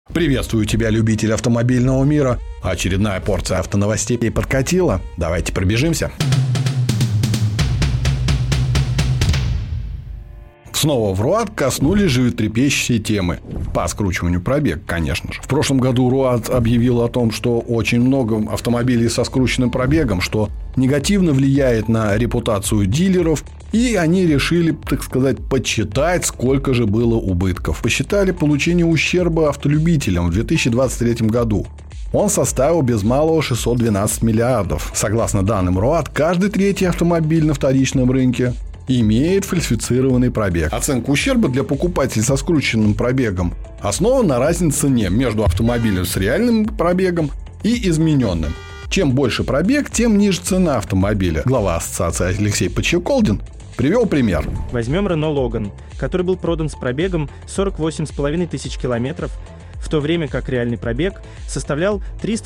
Приветствую тебя, любитель автомобильного мира. Очередная порция автоновостей подкатила. Давайте пробежимся. Снова в РУАД коснулись животрепещущей темы. По скручиванию пробега, конечно же. В прошлом году РУАД объявил о том, что очень много автомобилей со скрученным пробегом, что негативно влияет на репутацию дилеров. И они решили, так сказать, подсчитать, сколько же было убытков. Посчитали получение ущерба автолюбителям в 2023 году. Он составил без малого 612 миллиардов. Согласно данным РУАД, каждый третий автомобиль на вторичном рынке имеет фальсифицированный пробег. Оценка ущерба для покупателей со скрученным пробегом основана на разнице цены между автомобилем с реальным пробегом и измененным. Чем больше пробег, тем ниже цена автомобиля. Глава ассоциации Алексей Подщеколдин привел пример. Возьмем Renault Logan, который был продан с пробегом 48,5 тысяч километров, в то время как реальный пробег составлял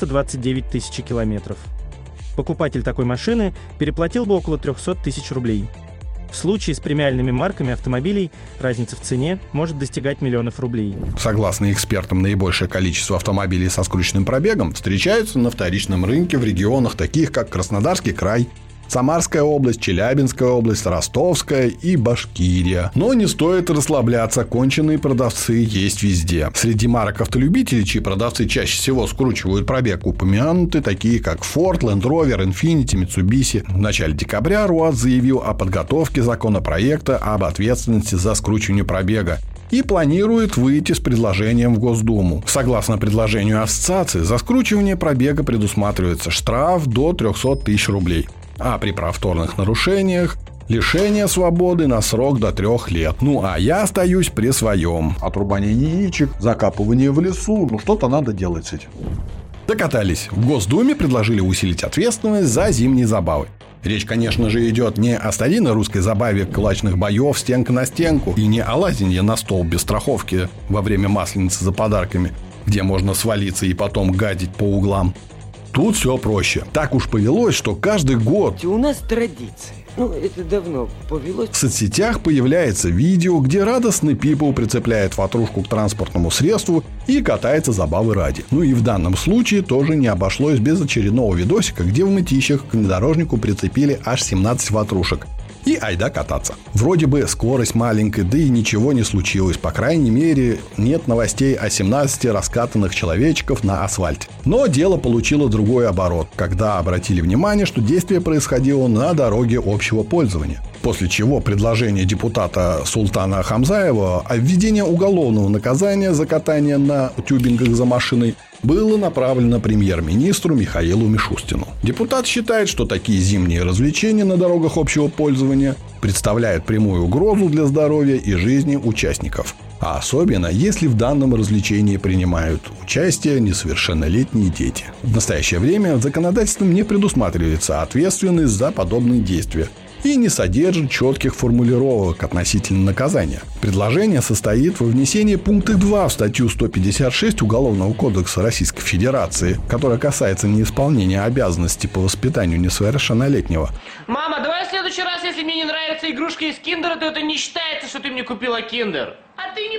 329 тысяч километров. Покупатель такой машины переплатил бы около 300 тысяч рублей. В случае с премиальными марками автомобилей разница в цене может достигать миллионов рублей. Согласно экспертам, наибольшее количество автомобилей со скрученным пробегом встречаются на вторичном рынке в регионах, таких как Краснодарский край, Самарская область, Челябинская область, Ростовская и Башкирия. Но не стоит расслабляться, конченые продавцы есть везде. Среди марок автолюбителей, чьи продавцы чаще всего скручивают пробег, упомянуты такие как Ford, Land Rover, Infiniti, Mitsubishi. В начале декабря РУАД заявил о подготовке законопроекта об ответственности за скручивание пробега и планирует выйти с предложением в Госдуму. Согласно предложению ассоциации, за скручивание пробега предусматривается штраф до 300 тысяч рублей. А при повторных нарушениях лишение свободы на срок до 3 лет. Ну, а я остаюсь при своем. Отрубание яичек, закапывание в лесу. Что-то надо делать с этим. Докатались. В Госдуме предложили усилить ответственность за зимние забавы. Речь, конечно же, идет не о старинной русской забаве кулачных боев стенка на стенку и не о лазенье на стол без страховки во время Масленицы за подарками, где можно свалиться и потом гадить по углам. Тут все проще. Так уж повелось, что каждый год у нас традиция. Это давно повелось. В соцсетях появляется видео, где радостный пипл прицепляет ватрушку к транспортному средству и катается забавы ради. И в данном случае тоже не обошлось без очередного видосика, где в мытищах к внедорожнику прицепили аж 17 ватрушек. И айда кататься. Вроде бы скорость маленькая, да и ничего не случилось. По крайней мере, нет новостей о 17 раскатанных человечков на асфальте. Но дело получило другой оборот, когда обратили внимание, что действие происходило на дороге общего пользования. После чего предложение депутата Султана Хамзаева о введении уголовного наказания за катание на тюбингах за машиной было направлено премьер-министру Михаилу Мишустину. Депутат считает, что такие зимние развлечения на дорогах общего пользования представляют прямую угрозу для здоровья и жизни участников. А особенно, если в данном развлечении принимают участие несовершеннолетние дети. В настоящее время законодательством не предусматривается ответственность за подобные действия и не содержит четких формулировок относительно наказания. Предложение состоит во внесении пункта 2 в статью 156 Уголовного кодекса Российской Федерации, которая касается неисполнения обязанностей по воспитанию несовершеннолетнего. Мама, давай в следующий раз, если мне не нравятся игрушки из киндера, то это не считается, что ты мне купила киндер. А ты не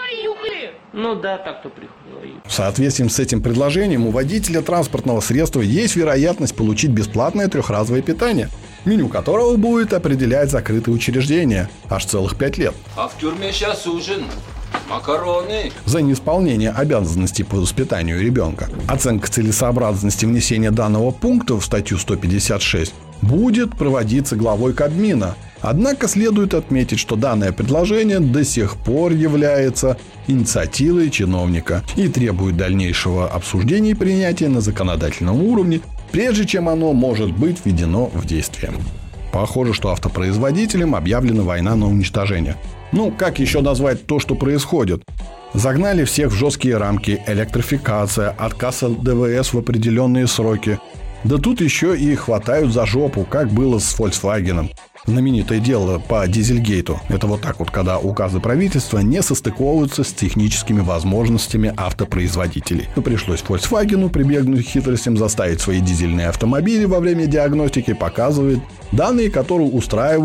приходи. Да, так-то приходи. В соответствии с этим предложением у водителя транспортного средства есть вероятность получить бесплатное трехразовое питание, меню которого будет определять закрытые учреждения аж целых 5 лет. А в тюрьме сейчас ужин. Макароны. За неисполнение обязанностей по воспитанию ребенка. Оценка целесообразности внесения данного пункта в статью 156 будет проводиться главой Кабмина. Однако следует отметить, что данное предложение до сих пор является инициативой чиновника и требует дальнейшего обсуждения и принятия на законодательном уровне, прежде чем оно может быть введено в действие. Похоже, что автопроизводителям объявлена война на уничтожение. Как еще назвать то, что происходит? Загнали всех в жесткие рамки, электрификация, отказ от ДВС в определенные сроки. Да тут еще и хватают за жопу, как было с Volkswagen. Знаменитое дело по Дизельгейту. Это вот так вот, когда указы правительства не состыковываются с техническими возможностями автопроизводителей. Пришлось Volkswagen прибегнуть к хитростям, заставить свои дизельные автомобили во время диагностики показывать данные, которые устраивают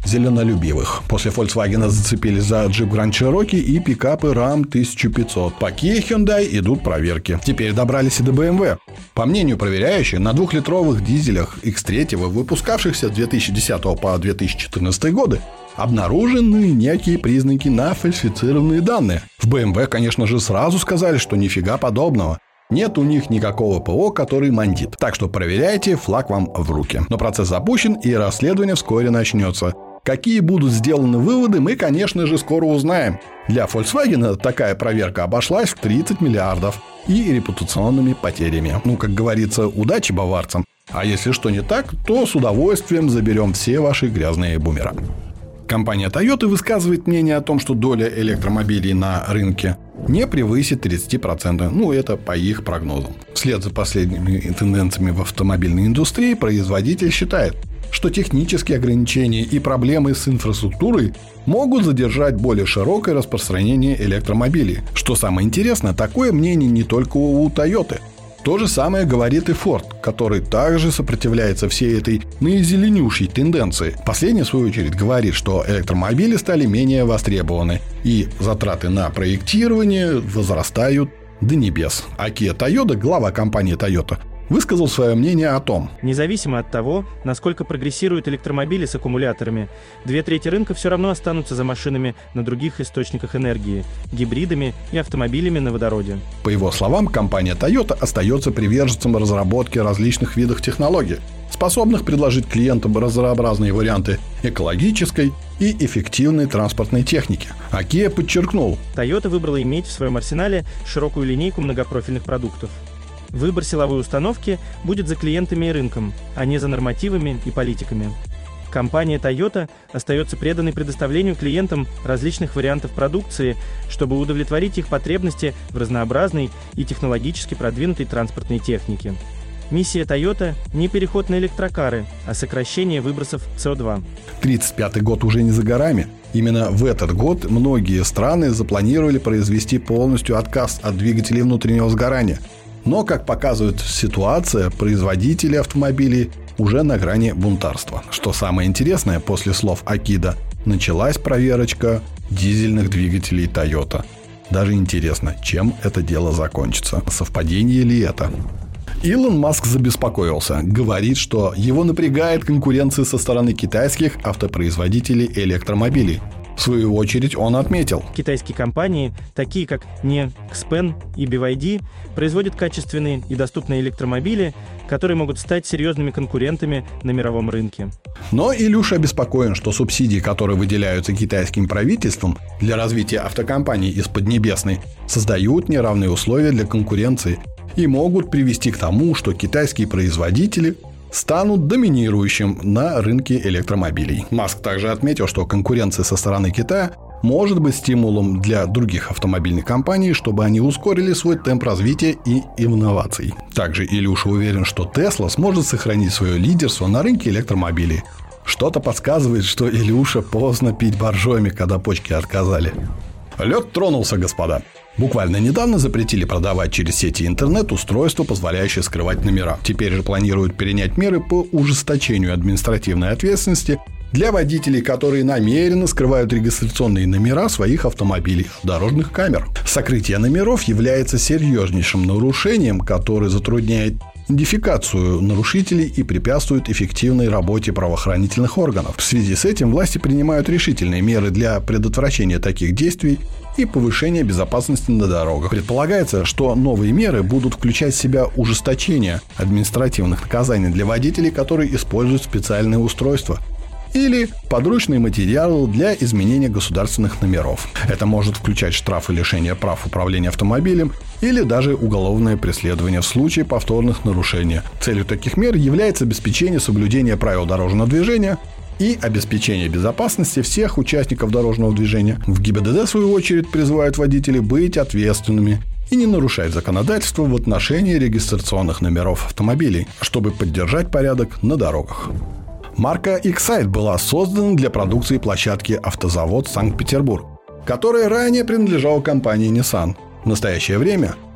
зеленолюбивых. После Volkswagen зацепились за Jeep Grand Cherokee и пикапы Ram 1500. По Kia и Hyundai идут проверки. Теперь добрались и до BMW. По мнению проверяющих, на 2-литровых дизелях X3, выпускавшихся с 2010 по 2014 годы, обнаружены некие признаки на фальсифицированные данные. В BMW, конечно же, сразу сказали, что нифига подобного. Нет у них никакого ПО, который мандит. Так что проверяйте, флаг вам в руки. Но процесс запущен, и расследование вскоре начнется. Какие будут сделаны выводы, мы, конечно же, скоро узнаем. Для Volkswagen такая проверка обошлась в 30 миллиардов и репутационными потерями. Как говорится, удачи баварцам. А если что не так, то с удовольствием заберем все ваши грязные бумера. Компания Toyota высказывает мнение о том, что доля электромобилей на рынке не превысит 30%. Это по их прогнозам. Вслед за последними тенденциями в автомобильной индустрии производитель считает, что технические ограничения и проблемы с инфраструктурой могут задержать более широкое распространение электромобилей. Что самое интересное, такое мнение не только у Toyota. То же самое говорит и Ford, который также сопротивляется всей этой наизеленющей тенденции. Последний, в свою очередь, говорит, что электромобили стали менее востребованы, и затраты на проектирование возрастают до небес. А Akio Toyoda, глава компании Toyota, высказал свое мнение о том: независимо от того, насколько прогрессируют электромобили с аккумуляторами, 2/3 рынка все равно останутся за машинами на других источниках энергии, гибридами и автомобилями на водороде. По его словам, компания Toyota остается приверженцем разработки различных видов технологий, способных предложить клиентам разнообразные варианты экологической и эффективной транспортной техники. А Kia подчеркнул: Toyota выбрала иметь в своем арсенале широкую линейку многопрофильных продуктов. Выбор силовой установки будет за клиентами и рынком, а не за нормативами и политиками. Компания Toyota остается преданной предоставлению клиентам различных вариантов продукции, чтобы удовлетворить их потребности в разнообразной и технологически продвинутой транспортной технике. Миссия Toyota – не переход на электрокары, а сокращение выбросов СО2. 1935 год уже не за горами. Именно в этот год многие страны запланировали произвести полностью отказ от двигателей внутреннего сгорания. Но, как показывает ситуация, производители автомобилей уже на грани бунтарства. Что самое интересное, после слов Акида началась проверочка дизельных двигателей Toyota. Даже интересно, чем это дело закончится. Совпадение ли это? Илон Маск забеспокоился. Говорит, что его напрягает конкуренция со стороны китайских автопроизводителей электромобилей. В свою очередь он отметил: китайские компании, такие как NIO, XPeng и BYD, производят качественные и доступные электромобили, которые могут стать серьезными конкурентами на мировом рынке. Но Илюша обеспокоен, что субсидии, которые выделяются китайским правительством для развития автокомпаний из Поднебесной, создают неравные условия для конкуренции и могут привести к тому, что китайские производители станут доминирующим на рынке электромобилей. Маск также отметил, что конкуренция со стороны Китая может быть стимулом для других автомобильных компаний, чтобы они ускорили свой темп развития и инноваций. Также Илюша уверен, что Tesla сможет сохранить свое лидерство на рынке электромобилей. Что-то подсказывает, что Илюша поздно пить боржоми, когда почки отказали. Лед тронулся, господа. Буквально недавно запретили продавать через сети интернет устройства, позволяющие скрывать номера. Теперь же планируют перенять меры по ужесточению административной ответственности для водителей, которые намеренно скрывают регистрационные номера своих автомобилей от дорожных камер. Сокрытие номеров является серьезнейшим нарушением, которое затрудняет идентификацию нарушителей и препятствует эффективной работе правоохранительных органов. В связи с этим власти принимают решительные меры для предотвращения таких действий и повышения безопасности на дорогах. Предполагается, что новые меры будут включать в себя ужесточение административных наказаний для водителей, которые используют специальные устройства или подручные материалы для изменения государственных номеров. Это может включать штрафы, лишение прав управления автомобилем или даже уголовное преследование в случае повторных нарушений. Целью таких мер является обеспечение соблюдения правил дорожного движения и обеспечение безопасности всех участников дорожного движения. В ГИБДД, в свою очередь, призывают водителей быть ответственными и не нарушать законодательство в отношении регистрационных номеров автомобилей, чтобы поддержать порядок на дорогах. Марка Excite была создана для продукции площадки «Автозавод Санкт-Петербург», которая ранее принадлежала компании Nissan. В настоящее время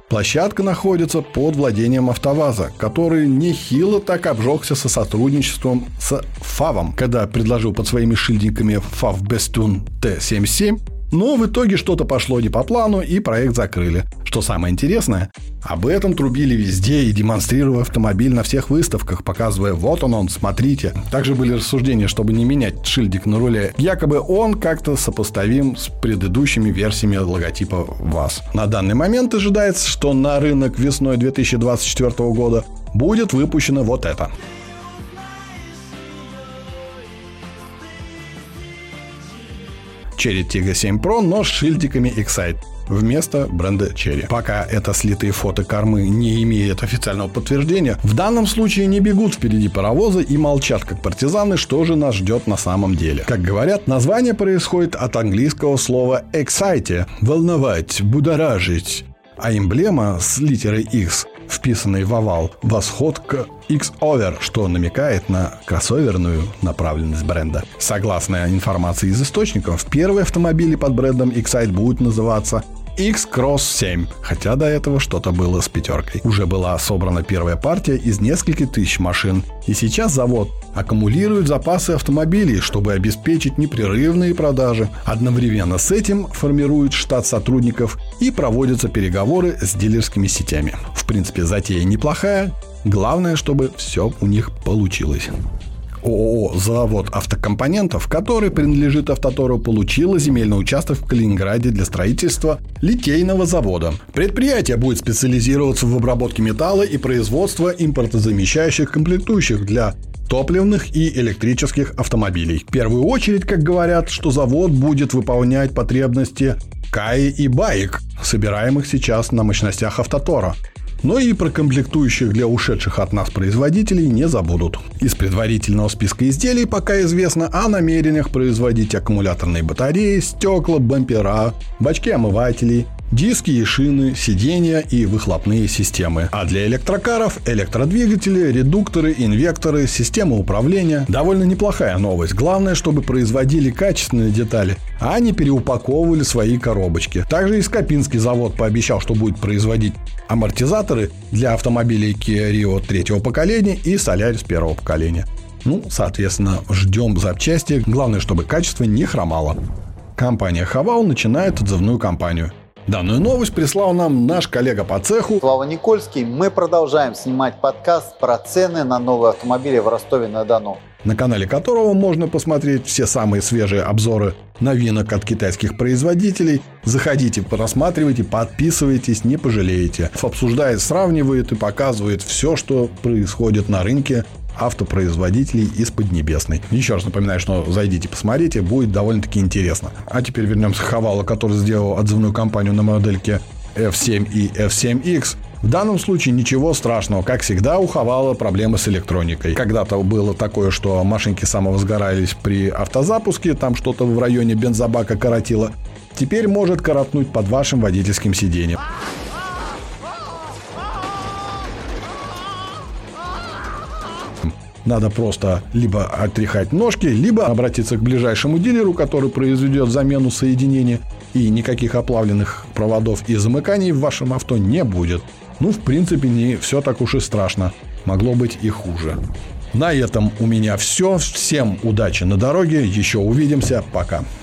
Площадка находится под владением АвтоВАЗа, который нехило так обжегся со сотрудничеством с ФАВом, когда предложил под своими шильдиками ФАВ Bestun T77. Но в итоге что-то пошло не по плану, и проект закрыли. Что самое интересное, об этом трубили везде и демонстрируя автомобиль на всех выставках, показывая: вот он, смотрите. Также были рассуждения, чтобы не менять шильдик на руле. Якобы он как-то сопоставим с предыдущими версиями логотипа ВАЗ. На данный момент ожидается, что на рынок весной 2024 года будет выпущено вот это. Cherry Tiggo 7 Pro, но с шильдиками Excite вместо бренда Cherry. Пока это слитые фото кормы не имеют официального подтверждения, в данном случае не бегут впереди паровоза и молчат как партизаны, что же нас ждет на самом деле. Как говорят, название происходит от английского слова excite – волновать, будоражить, а эмблема с литерой X, вписанной в овал, восход к X-Over, что намекает на кроссоверную направленность бренда. Согласно информации из источников, первые автомобили под брендом Excite будут называться X-Cross 7, хотя до этого что-то было с пятеркой. Уже была собрана первая партия из нескольких тысяч машин, и сейчас завод аккумулирует запасы автомобилей, чтобы обеспечить непрерывные продажи. Одновременно с этим формирует штат сотрудников и проводятся переговоры с дилерскими сетями. В принципе, затея неплохая, главное, чтобы все у них получилось. ООО «Завод автокомпонентов», который принадлежит Автотору, получила земельный участок в Калининграде для строительства литейного завода. Предприятие будет специализироваться в обработке металла и производстве импортозамещающих комплектующих для топливных и электрических автомобилей. В первую очередь, как говорят, что завод будет выполнять потребности КАИ и БАИК, собираемых сейчас на мощностях Автотора. Но и про комплектующих для ушедших от нас производителей не забудут. Из предварительного списка изделий пока известно о намерениях производить аккумуляторные батареи, стекла, бампера, бачки омывателей, диски и шины, сиденья и выхлопные системы. А для электрокаров – электродвигатели, редукторы, инвекторы, системы управления. Довольно неплохая новость. Главное, чтобы производили качественные детали, а не переупаковывали свои коробочки. Также и Скопинский завод пообещал, что будет производить амортизаторы для автомобилей Kia Rio 3-го поколения и Solaris 1-го поколения. Соответственно, ждем запчасти. Главное, чтобы качество не хромало. Компания Haval начинает отзывную кампанию. Данную новость прислал нам наш коллега по цеху Слава Никольский. Мы продолжаем снимать подкаст про цены на новые автомобили в Ростове-на-Дону, на канале которого можно посмотреть все самые свежие обзоры новинок от китайских производителей. Заходите, просматривайте, подписывайтесь, не пожалеете. Обсуждает, сравнивает и показывает все, что происходит на рынке автопроизводителей из Поднебесной. Еще раз напоминаю, что зайдите, посмотрите, будет довольно-таки интересно. А теперь вернемся к Haval, который сделал отзывную кампанию на модельке F7 и F7X. В данном случае ничего страшного. Как всегда, у Haval проблемы с электроникой. Когда-то было такое, что машинки самовозгорались при автозапуске, там что-то в районе бензобака коротило. Теперь может коротнуть под вашим водительским сиденьем. Надо просто либо отряхать ножки, либо обратиться к ближайшему дилеру, который произведет замену соединения, и никаких оплавленных проводов и замыканий в вашем авто не будет. В принципе, не все так уж и страшно. Могло быть и хуже. На этом у меня все. Всем удачи на дороге. Еще увидимся. Пока.